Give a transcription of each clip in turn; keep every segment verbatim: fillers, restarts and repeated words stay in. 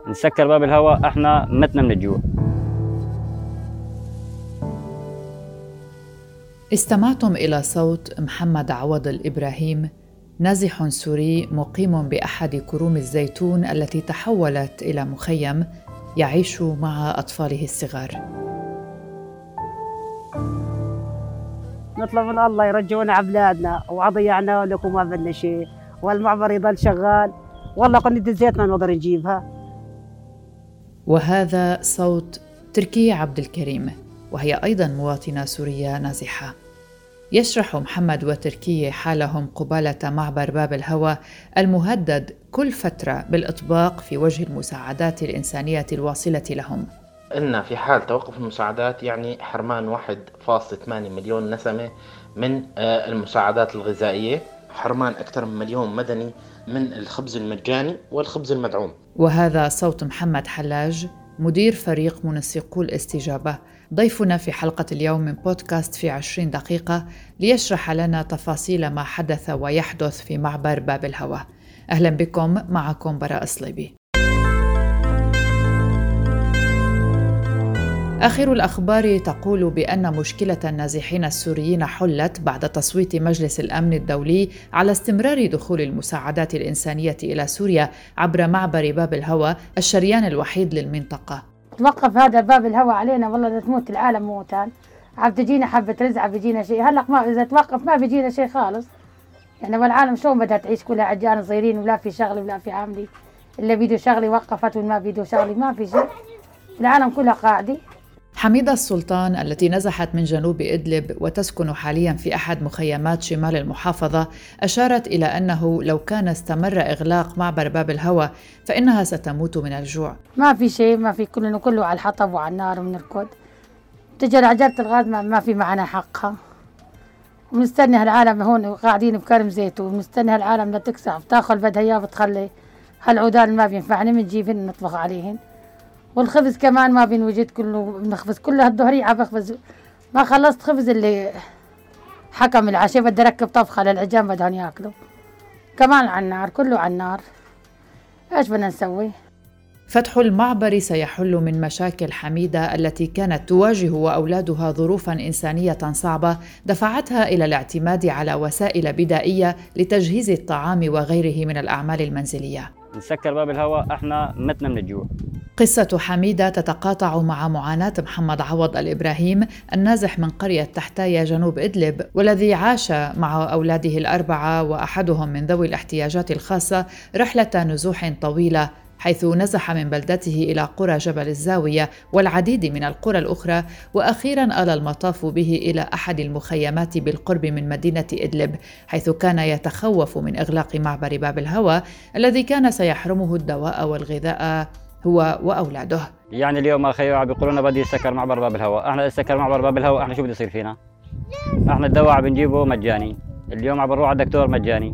نسكر باب الهواء، احنا متنا من الجوع. استمعتم إلى صوت محمد عوض الإبراهيم، نازح سوري مقيم بأحد كروم الزيتون التي تحولت إلى مخيم يعيش مع أطفاله الصغار. نطلب من الله يرجعونا عبلادنا وعضيعنا لكم ما بدنا شيء، والمعبر يضل شغال، والله قنية الزيت ما نقدر نجيبها. وهذا صوت تركية عبد الكريم، وهي أيضاً مواطنة سورية نازحة. يشرح محمد وتركية حالهم قبالة معبر باب الهوى المهدد كل فترة بالإطباق في وجه المساعدات الإنسانية الواصلة لهم. إن في حال توقف المساعدات يعني حرمان واحد فاصلة ثمانية مليون نسمة من المساعدات الغذائية، حرمان أكثر من مليون مدني من الخبز المجاني والخبز المدعوم. وهذا صوت محمد حلاج، مدير فريق منسقو الاستجابة، ضيفنا في حلقة اليوم من بودكاست في عشرين دقيقة ليشرح لنا تفاصيل ما حدث ويحدث في معبر باب الهوى. أهلا بكم، معكم براء صليبي. آخر الأخبار تقول بأن مشكلة النازحين السوريين حلت بعد تصويت مجلس الأمن الدولي على استمرار دخول المساعدات الإنسانية إلى سوريا عبر معبر باب الهوى، الشريان الوحيد للمنطقة. توقف هذا باب الهوى علينا، والله تموت العالم موتان، عم تجينا حبة رزق، عم بيجينا شيء. هلأ ما إذا توقف ما بيجينا شيء خالص يعني، والعالم شلون بدها تعيش؟ كلها عجان صغيرين ولا في شغل ولا في عاملي، اللي بيدو شغلي وقفت والما بيدو شغلي ما في شيء، العالم كلها قاعدة. حميدة السلطان التي نزحت من جنوب إدلب وتسكن حالياً في أحد مخيمات شمال المحافظة أشارت إلى أنه لو كان استمر إغلاق معبر باب الهوى فإنها ستموت من الجوع. ما في شيء، ما في، كله كله على الحطب وعلى النار وبنركض، تجي عجلة الغاز ما, ما في معنا حقها، ونستنى هالعالم هون قاعدين بكرم زيتون، ونستنى هالعالم لا تكسع تاخذ بدها اياه بتخلي هالعودان ما بينفعني بنجيبهن نطبخ عليهن، والخبز كمان ما بينوجد، كله بنخبز كله هالظهرية عم بخبز، ما خلصت خبز اللي حكم العشاء بدي اركب طبخة للعجام بدهم ياكلوا كمان على النار، كله على النار، ايش بدنا نسوي؟ فتح المعبر سيحل من مشاكل حميدة التي كانت تواجه وأولادها ظروفاً إنسانية صعبة دفعتها إلى الاعتماد على وسائل بدائية لتجهيز الطعام وغيره من الأعمال المنزلية. نسكر باب الهواء، احنا متنا من الجوع. قصة حميدة تتقاطع مع معاناة محمد عوض الإبراهيم النازح من قرية تحتايا جنوب إدلب، والذي عاش مع أولاده الأربعة وأحدهم من ذوي الاحتياجات الخاصة رحلة نزوح طويلة، حيث نزح من بلدته إلى قرى جبل الزاوية والعديد من القرى الأخرى، وأخيراً آل المطاف به إلى أحد المخيمات بالقرب من مدينة إدلب، حيث كان يتخوف من إغلاق معبر باب الهوى الذي كان سيحرمه الدواء والغذاء هو وأولاده. يعني اليوم اخي عم بيقولوا لنا بدي يسكر معبر باب الهواء، احنا سكر معبر باب الهواء، احنا شو بده يصير فينا؟ احنا الدواء عم بنجيبه مجاني، اليوم عم بنروح على الدكتور مجاني،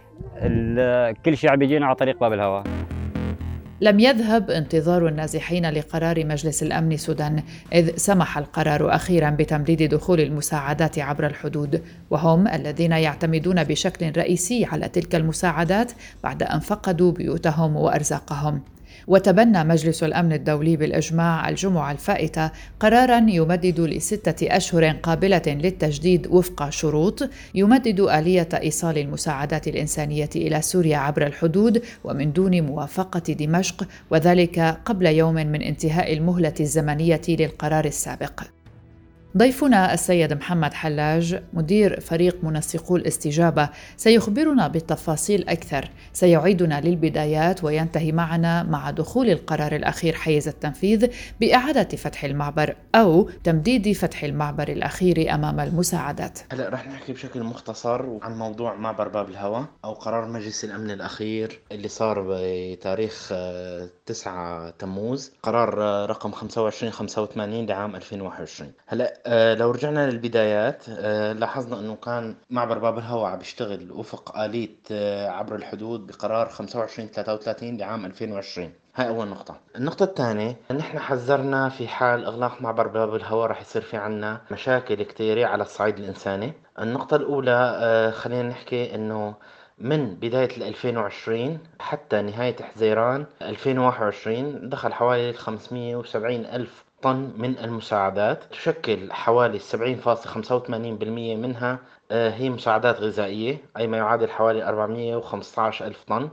كل شيء عم بيجينا على طريق باب الهواء. لم يذهب انتظار النازحين لقرار مجلس الأمن السودان، إذ سمح القرار أخيراً بتمديد دخول المساعدات عبر الحدود، وهم الذين يعتمدون بشكل رئيسي على تلك المساعدات بعد أن فقدوا بيوتهم وأرزاقهم. وتبنى مجلس الأمن الدولي بالإجماع الجمعة الفائتة قراراً يمدد لستة أشهر قابلة للتجديد وفق شروط، يمدد آلية إيصال المساعدات الإنسانية إلى سوريا عبر الحدود ومن دون موافقة دمشق، وذلك قبل يوم من انتهاء المهلة الزمنية للقرار السابق. ضيفنا السيد محمد حلاج، مدير فريق منسقو الاستجابة، سيخبرنا بالتفاصيل أكثر، سيعيدنا للبدايات وينتهي معنا مع دخول القرار الأخير حيز التنفيذ بإعادة فتح المعبر أو تمديد فتح المعبر الأخير أمام المساعدات. هلا رح نحكي بشكل مختصر عن موضوع معبر باب الهوى أو قرار مجلس الأمن الأخير اللي صار بتاريخ تسعة تموز، قرار رقم خمسة وعشرين خمسة وثمانين لعام ألفين وواحد وعشرين. هلا أه لو رجعنا للبدايات أه لاحظنا أنه كان معبر باب الهوى عم بيشتغل وفق آلية أه عبر الحدود بقرار خمسة وعشرين ثلاثة وثلاثين لعام ألفين وعشرين. هاي أول نقطة. النقطة الثانية، نحن حذرنا في حال إغلاق معبر باب الهوى رح يصير في عنا مشاكل كتيرة على الصعيد الإنساني. النقطة الأولى أه خلينا نحكي أنه من بداية ألفين وعشرين حتى نهاية حزيران ألفين وواحد وعشرين دخل حوالي خمسمئة وسبعين ألف طن من المساعدات، تشكل حوالي سبعين فاصلة خمسة وثمانين بالمئة منها هي مساعدات غذائية، أي ما يعادل حوالي أربعمئة وخمسة عشر ألف طن.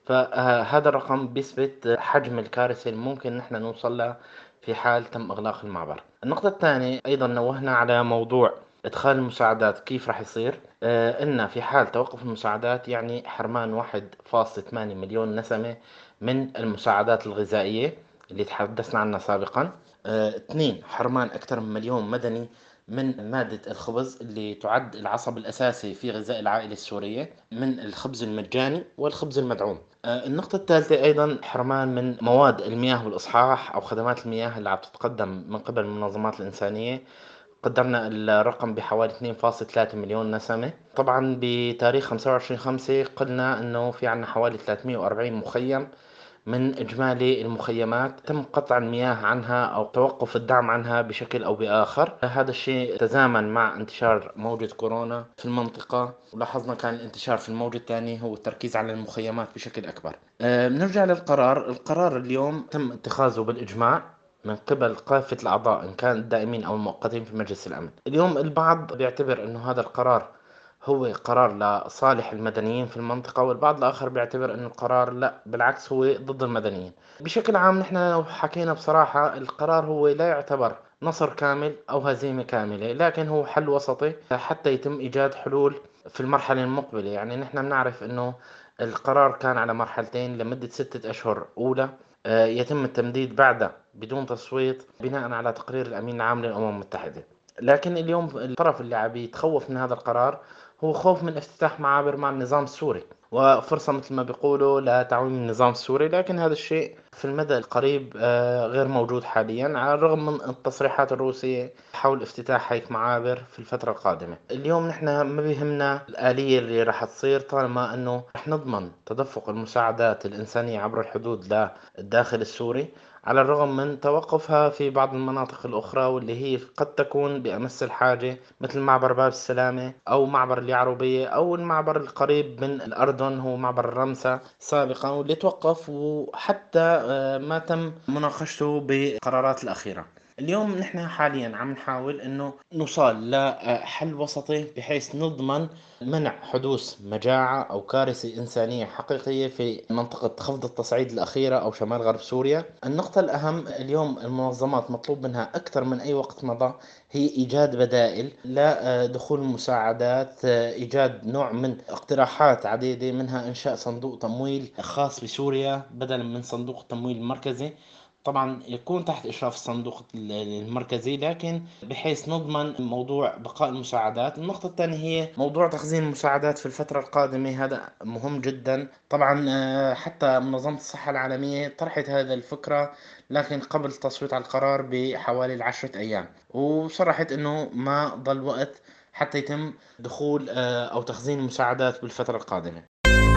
فهذا الرقم بيثبت حجم الكارثة اللي ممكن نحن نوصل لها في حال تم إغلاق المعبر. النقطة الثانية أيضا نوهنا على موضوع إدخال المساعدات كيف راح يصير. آه إن في حال توقف المساعدات يعني حرمان واحد فاصلة ثمانية مليون نسمة من المساعدات الغذائية اللي تحدثنا عنها سابقا. آه اثنين، حرمان أكثر من مليون مدني من مادة الخبز اللي تعد العصب الأساسي في غذاء العائلة السورية، من الخبز المجاني والخبز المدعوم. آه النقطة الثالثة أيضا حرمان من مواد المياه والإصحاح أو خدمات المياه اللي عم تتقدم من قبل المنظمات الإنسانية، قدرنا الرقم بحوالي اثنين فاصلة ثلاثة مليون نسمة. طبعا بتاريخ خمسة وعشرين خمسة قلنا أنه في عنا حوالي ثلاثمئة وأربعين مخيم من إجمالي المخيمات تم قطع المياه عنها أو توقف الدعم عنها بشكل أو بآخر. هذا الشيء تزامن مع انتشار موجة كورونا في المنطقة، ولاحظنا كان الانتشار في الموجة الثانية هو التركيز على المخيمات بشكل أكبر. أه بنرجع للقرار. القرار اليوم تم اتخاذه بالإجماع من قبل كافة الأعضاء إن كان الدائمين أو المؤقتين في مجلس الأمن. اليوم البعض بيعتبر أنه هذا القرار هو قرار لصالح المدنيين في المنطقة، والبعض الآخر بيعتبر أن القرار لا بالعكس هو ضد المدنيين. بشكل عام نحن لو حكينا بصراحة القرار هو لا يعتبر نصر كامل أو هزيمة كاملة، لكن هو حل وسطي حتى يتم إيجاد حلول في المرحلة المقبلة. يعني نحن بنعرف أنه القرار كان على مرحلتين لمدة ستة أشهر أولى، يتم التمديد بعدها بدون تصويت بناء على تقرير الأمين العام للأمم المتحدة. لكن اليوم الطرف اللي عم يتخوف من هذا القرار هو خوف من افتتاح معابر مع النظام السوري، وفرصة مثل ما بيقولوا لتعويم النظام السوري. لكن هذا الشيء في المدى القريب غير موجود حاليا، على الرغم من التصريحات الروسية حول افتتاح هيك معابر في الفترة القادمة. اليوم نحن ما بيهمنا الآلية اللي راح تصير طالما أنه رح نضمن تدفق المساعدات الإنسانية عبر الحدود للداخل السوري، على الرغم من توقفها في بعض المناطق الأخرى واللي هي قد تكون بأمس الحاجة، مثل معبر باب السلامة أو معبر اليعروبية أو المعبر القريب من الأردن هو معبر الرمسة سابقا، واللي توقف وحتى ما تم مناقشته بقرارات الأخيرة. اليوم نحن حاليا عم نحاول انه نوصل لحل وسطي بحيث نضمن منع حدوث مجاعة او كارثة انسانية حقيقية في منطقة خفض التصعيد الاخيرة او شمال غرب سوريا. النقطة الاهم اليوم المنظمات مطلوب منها اكثر من اي وقت مضى هي ايجاد بدائل لدخول المساعدات، ايجاد نوع من اقتراحات عديدة، منها انشاء صندوق تمويل خاص بسوريا بدلا من صندوق التمويل المركزي، طبعا يكون تحت إشراف الصندوق المركزي، لكن بحيث نضمن موضوع بقاء المساعدات. النقطة الثانية هي موضوع تخزين المساعدات في الفترة القادمة، هذا مهم جدا. طبعا حتى منظمة الصحة العالمية طرحت هذه الفكرة لكن قبل التصويت على القرار بحوالي العشرة أيام، وصرحت أنه ما ضل وقت حتى يتم دخول أو تخزين المساعدات بالفترة القادمة.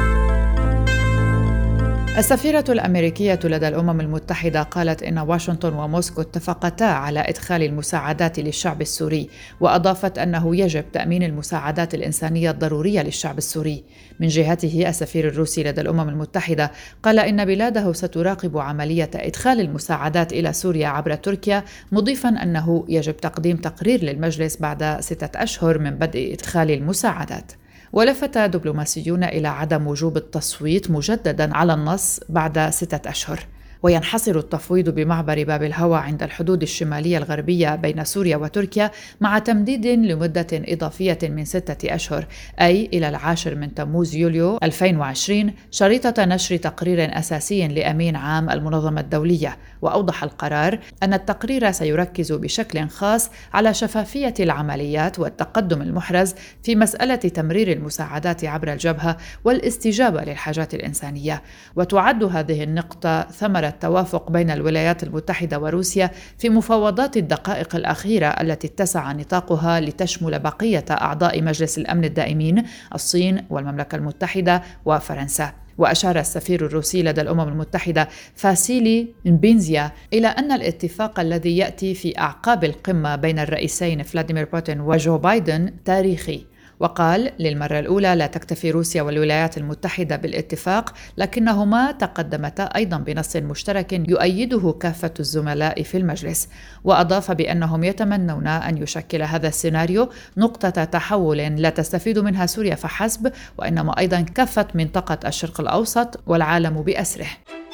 السفيرة الأمريكية لدى الأمم المتحدة قالت إن واشنطن وموسكو اتفقتا على إدخال المساعدات للشعب السوري، وأضافت أنه يجب تأمين المساعدات الإنسانية الضرورية للشعب السوري. من جهته السفير الروسي لدى الأمم المتحدة قال إن بلاده ستراقب عملية إدخال المساعدات إلى سوريا عبر تركيا، مضيفاً أنه يجب تقديم تقرير للمجلس بعد ستة أشهر من بدء إدخال المساعدات. ولفت دبلوماسيون إلى عدم وجوب التصويت مجدداً على النص بعد ستة أشهر. وينحصر التفويض بمعبر باب الهوى عند الحدود الشمالية الغربية بين سوريا وتركيا، مع تمديد لمدة إضافية من ستة أشهر، أي إلى العاشر من تموز يوليو ألفين وعشرين، شريطة نشر تقرير أساسي لأمين عام المنظمة الدولية. وأوضح القرار أن التقرير سيركز بشكل خاص على شفافية العمليات والتقدم المحرز في مسألة تمرير المساعدات عبر الجبهة والاستجابة للحاجات الإنسانية. وتعد هذه النقطة ثمرة التوافق بين الولايات المتحدة وروسيا في مفاوضات الدقائق الأخيرة التي اتسع نطاقها لتشمل بقية أعضاء مجلس الأمن الدائمين، الصين والمملكة المتحدة وفرنسا. وأشار السفير الروسي لدى الأمم المتحدة فاسيلي نبينزيا إلى أن الاتفاق الذي يأتي في أعقاب القمة بين الرئيسين فلاديمير بوتين وجو بايدن تاريخي، وقال للمرة الأولى لا تكتفي روسيا والولايات المتحدة بالاتفاق، لكنهما تقدمتا أيضا بنص مشترك يؤيده كافة الزملاء في المجلس. وأضاف بأنهم يتمنون أن يشكل هذا السيناريو نقطة تحول لا تستفيد منها سوريا فحسب، وإنما أيضا كافة منطقة الشرق الأوسط والعالم بأسره.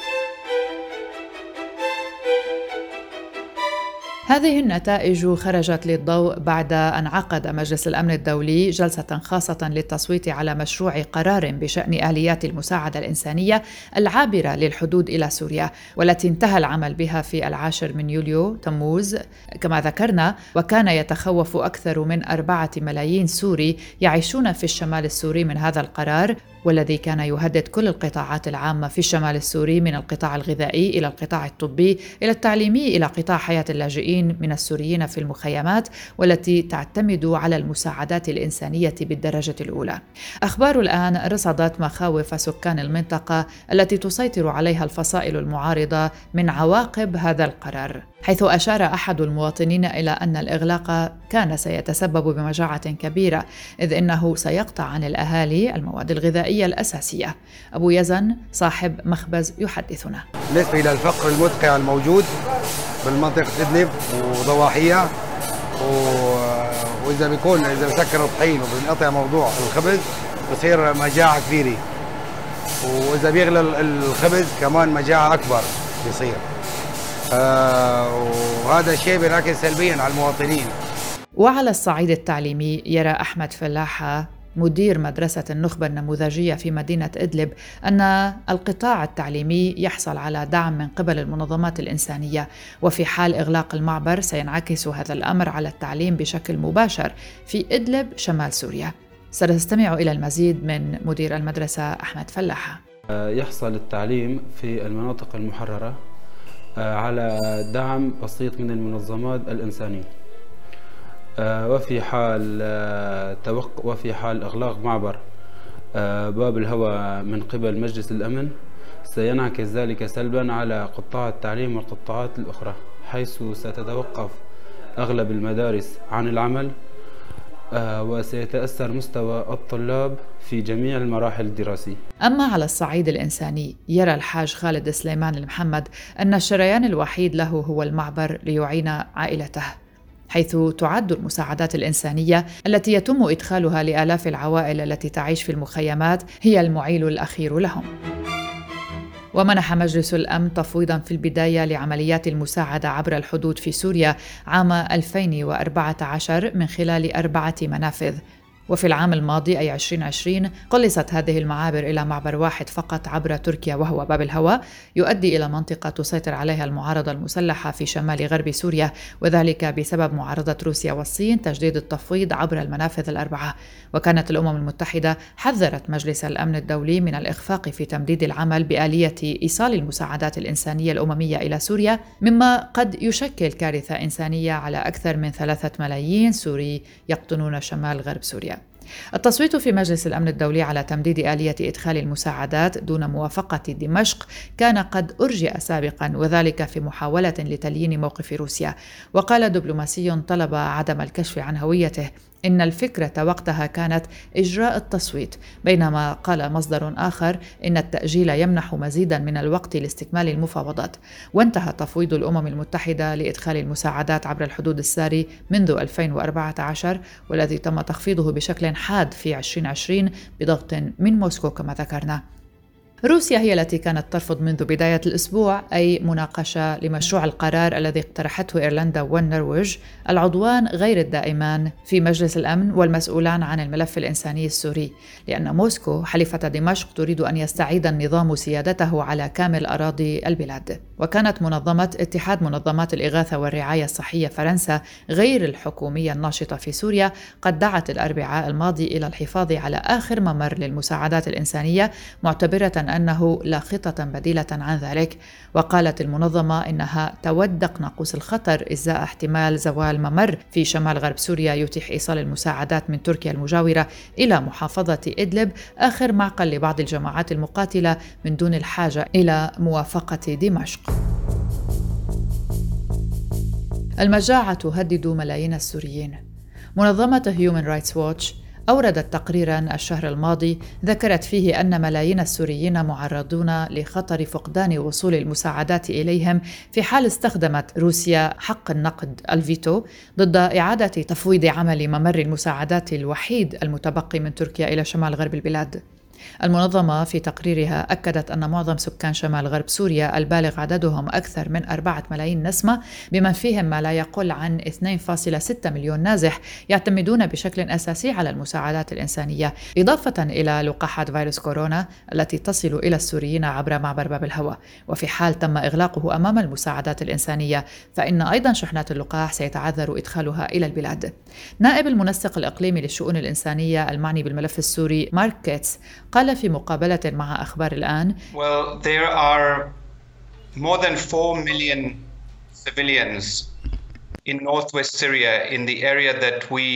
هذه النتائج خرجت للضوء بعد أن عقد مجلس الأمن الدولي جلسة خاصة للتصويت على مشروع قرار بشأن آليات المساعدة الإنسانية العابرة للحدود إلى سوريا، والتي انتهى العمل بها في العاشر من يوليو تموز كما ذكرنا. وكان يتخوف أكثر من أربعة ملايين سوري يعيشون في الشمال السوري من هذا القرار، والذي كان يهدد كل القطاعات العامة في الشمال السوري، من القطاع الغذائي إلى القطاع الطبي إلى التعليمي إلى قطاع حياة اللاجئين من السوريين في المخيمات، والتي تعتمد على المساعدات الإنسانية بالدرجة الأولى. أخبار الآن رصدت مخاوف سكان المنطقة التي تسيطر عليها الفصائل المعارضة من عواقب هذا القرار، حيث أشار أحد المواطنين إلى أن الإغلاق كان سيتسبب بمجاعة كبيرة، إذ إنه سيقطع عن الأهالي المواد الغذائية الأساسية. أبو يزن صاحب مخبز يحدثنا. بالنسبة إلى الفقر المدقع الموجود بالمنطقة إدلب وضواحيها، وإذا بيكون إذا بسكر الطحين وبنقطع موضوع الخبز بصير مجاعة كبيرة، وإذا بيغلى الخبز كمان مجاعة أكبر بيصير. آه وهذا الشيء بينعكس سلبيا على المواطنين. وعلى الصعيد التعليمي يرى أحمد فلاحة مدير مدرسة النخبة النموذجية في مدينة إدلب أن القطاع التعليمي يحصل على دعم من قبل المنظمات الإنسانية، وفي حال إغلاق المعبر سينعكس هذا الأمر على التعليم بشكل مباشر في إدلب شمال سوريا. سنستمع إلى المزيد من مدير المدرسة أحمد فلاحة. يحصل التعليم في المناطق المحررة على دعم بسيط من المنظمات الإنسانية، وفي حال توق وفي حال إغلاق معبر باب الهوى من قبل مجلس الأمن سينعكس ذلك سلبا على قطاع التعليم والقطاعات الأخرى، حيث ستتوقف أغلب المدارس عن العمل، وسيتأثر مستوى الطلاب في جميع المراحل الدراسية. أما على الصعيد الإنساني يرى الحاج خالد سليمان المحمد أن الشريان الوحيد له هو المعبر ليعين عائلته، حيث تعد المساعدات الإنسانية التي يتم إدخالها لآلاف العوائل التي تعيش في المخيمات هي المعيل الأخير لهم. ومنح مجلس الأمن تفويضاً في البداية لعمليات المساعدة عبر الحدود في سوريا عام ألفين وأربعة عشر من خلال أربعة منافذ، وفي العام الماضي أي عشرين عشرين قلصت هذه المعابر إلى معبر واحد فقط عبر تركيا وهو باب الهوى، يؤدي إلى منطقة تسيطر عليها المعارضة المسلحة في شمال غرب سوريا، وذلك بسبب معارضة روسيا والصين تجديد التفويض عبر المنافذ الأربعة. وكانت الأمم المتحدة حذرت مجلس الأمن الدولي من الإخفاق في تمديد العمل بآلية إيصال المساعدات الإنسانية الأممية إلى سوريا، مما قد يشكل كارثة إنسانية على أكثر من ثلاثة ملايين سوري يقطنون شمال غرب سوريا. التصويت في مجلس الأمن الدولي على تمديد آلية إدخال المساعدات دون موافقة دمشق كان قد أرجئ سابقا، وذلك في محاولة لتليين موقف روسيا. وقال دبلوماسي طلب عدم الكشف عن هويته إن الفكرة وقتها كانت إجراء التصويت، بينما قال مصدر آخر إن التأجيل يمنح مزيدا من الوقت لاستكمال المفاوضات. وانتهى تفويض الأمم المتحدة لإدخال المساعدات عبر الحدود الساري منذ ألفين وأربعة عشر، والذي تم تخفيضه بشكل حاد في عشرين عشرين بضغط من موسكو كما ذكرنا. روسيا هي التي كانت ترفض منذ بداية الأسبوع أي مناقشة لمشروع القرار الذي اقترحته إيرلندا والنرويج العضوان غير الدائمان في مجلس الأمن والمسؤولان عن الملف الإنساني السوري، لأن موسكو حليفة دمشق تريد أن يستعيد النظام سيادته على كامل أراضي البلاد. وكانت منظمة اتحاد منظمات الإغاثة والرعاية الصحية فرنسا غير الحكومية الناشطة في سوريا قد دعت الأربعاء الماضي إلى الحفاظ على آخر ممر للمساعدات الإنسانية، معتبرة أنه لا خطة بديلة عن ذلك. وقالت المنظمة إنها تودق ناقوس الخطر إزاء احتمال زوال ممر في شمال غرب سوريا يتيح إيصال المساعدات من تركيا المجاورة إلى محافظة إدلب، آخر معقل لبعض الجماعات المقاتلة من دون الحاجة إلى موافقة دمشق. المجاعة تهدد ملايين السوريين. منظمة هيومن رايتس ووتش أوردت تقريراً الشهر الماضي ذكرت فيه أن ملايين السوريين معرضون لخطر فقدان وصول المساعدات إليهم في حال استخدمت روسيا حق النقد الفيتو ضد إعادة تفويض عمل ممر المساعدات الوحيد المتبقي من تركيا إلى شمال غرب البلاد. المنظمة في تقريرها أكدت أن معظم سكان شمال غرب سوريا البالغ عددهم أكثر من أربعة ملايين نسمة بمن فيهم ما لا يقل عن اثنين فاصلة ستة مليون نازح يعتمدون بشكل أساسي على المساعدات الإنسانية، إضافة إلى لقاحات فيروس كورونا التي تصل إلى السوريين عبر معبر باب الهوى. وفي حال تم إغلاقه أمام المساعدات الإنسانية فإن أيضا شحنات اللقاح سيتعذر إدخالها إلى البلاد. نائب المنسق الإقليمي للشؤون الإنسانية المعني بالملف السوري مارك كيتس قال في مقابلة مع أخبار الآن: Well, there are more than four million civilians in northwest Syria in the area that we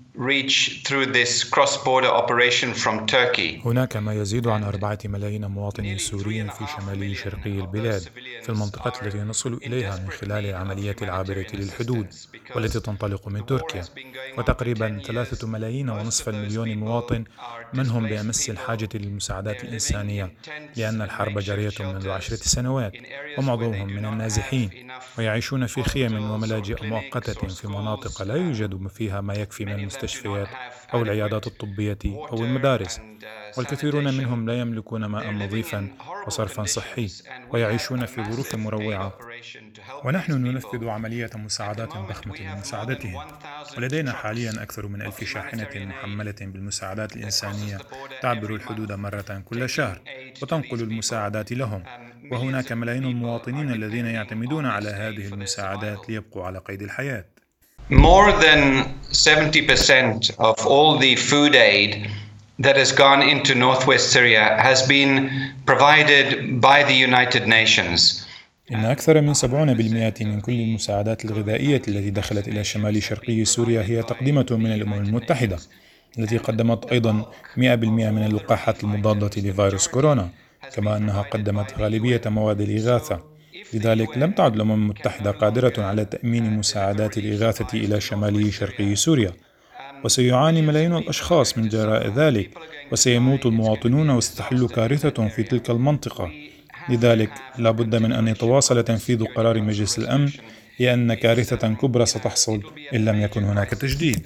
reach through this cross-border operation from Turkey. هناك ما يزيد عن أربعة ملايين مواطن سوري في شمال شرقي البلاد في المنطقة التي نصل إليها من خلال العملية العابرة للحدود والتي تنطلق من تركيا، وتقريبا ثلاثة ملايين ونصف المليون مواطن منهم بأمس الحاجة للمساعدات الإنسانية، لأن الحرب جارية منذ عشرة سنوات ومعظمهم من النازحين ويعيشون في خيم وملاجئ مؤقتة في مناطق لا يوجد فيها ما يكفي من المستشفيات أو العيادات الطبية أو المدارس، والكثيرون منهم لا يملكون ماء نظيفا وصرفا صحي ويعيشون في ظروف مروعة. ونحن ننفذ عملية مساعدات ضخمة لمساعدتهم، ولدينا حاليا أكثر من ألف شاحنة محملة بالمساعدات الإنسانية تعبر الحدود مرة كل شهر وتنقل المساعدات لهم، وهناك ملايين المواطنين الذين يعتمدون على هذه المساعدات ليبقوا على قيد الحياة. More than seventy percent of all the food aid that has gone into northwest Syria has been provided by the United Nations. إن أكثر من سبعين بالمئة من كل المساعدات الغذائية التي دخلت إلى شمال شرقي سوريا هي تقديمة من الأمم المتحدة، التي قدمت أيضا مئة بالمئة من اللقاحات المضادة لفيروس كورونا، كما أنها قدمت غالبية مواد الإغاثة. لذلك لم تعد الأمم المتحدة قادرة على تأمين مساعدات الإغاثة إلى شمال شرقي سوريا، وسيعاني ملايين الأشخاص من جراء ذلك، وسيموت المواطنون وستحل كارثة في تلك المنطقة. لذلك لا بد من أن يتواصل تنفيذ قرار مجلس الأمن، لأن كارثة كبرى ستحصل إن لم يكن هناك تجديد.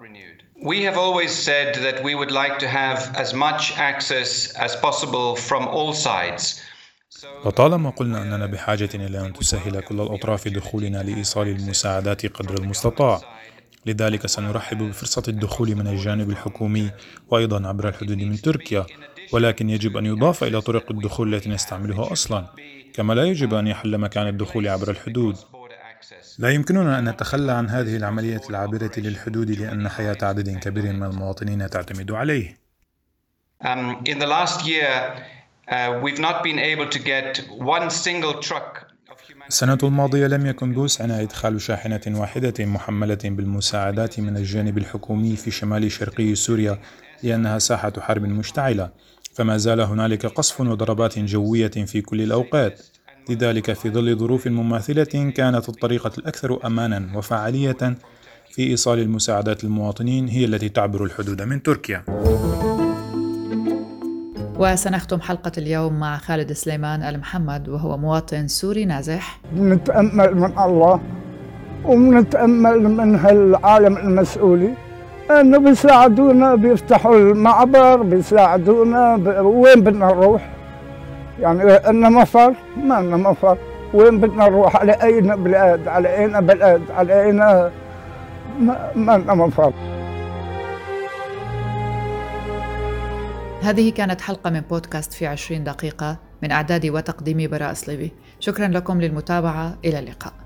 We have always said that we would like to have as much access as possible from all sides. وطالما قلنا أننا بحاجة إلى أن تسهل كل الأطراف دخولنا لإيصال المساعدات قدر المستطاع، لذلك سنرحب بفرصة الدخول من الجانب الحكومي وأيضا عبر الحدود من تركيا، ولكن يجب أن يضاف إلى طرق الدخول التي نستعملها أصلا، كما لا يجب أن يحل مكان الدخول عبر الحدود. لا يمكننا أن نتخلى عن هذه العملية العابرة للحدود لأن حياة عدد كبير من المواطنين تعتمد عليه. Um, in the last year, uh, we've not been able to get one single truck. السنة الماضية لم يكن بوسعنا إدخال شاحنة واحدة محملة بالمساعدات من الجانب الحكومي في شمال شرقي سوريا لأنها ساحة حرب مشتعلة، فما زال هنالك قصف وضربات جوية في كل الأوقات. لذلك في ظل ظروف مماثلة كانت الطريقة الأكثر أمانا وفعالية في إيصال المساعدات للمواطنين هي التي تعبر الحدود من تركيا. وسنختم حلقة اليوم مع خالد سليمان المحمد وهو مواطن سوري نازح. نتأمل من الله ونتأمل من هالعالم المسؤولي أنه بيساعدونا، بيفتحوا المعبر، بيساعدونا. ب... وين بدنا نروح؟ يعني أننا مفر؟ ما لنا مفر. وين بدنا نروح؟ على أي بلاد؟ على أين بلاد؟ على أين؟ ما لنا مفر. هذه كانت حلقة من بودكاست في عشرين دقيقة من إعداد وتقديم براء صليبي. شكرا لكم للمتابعة، إلى اللقاء.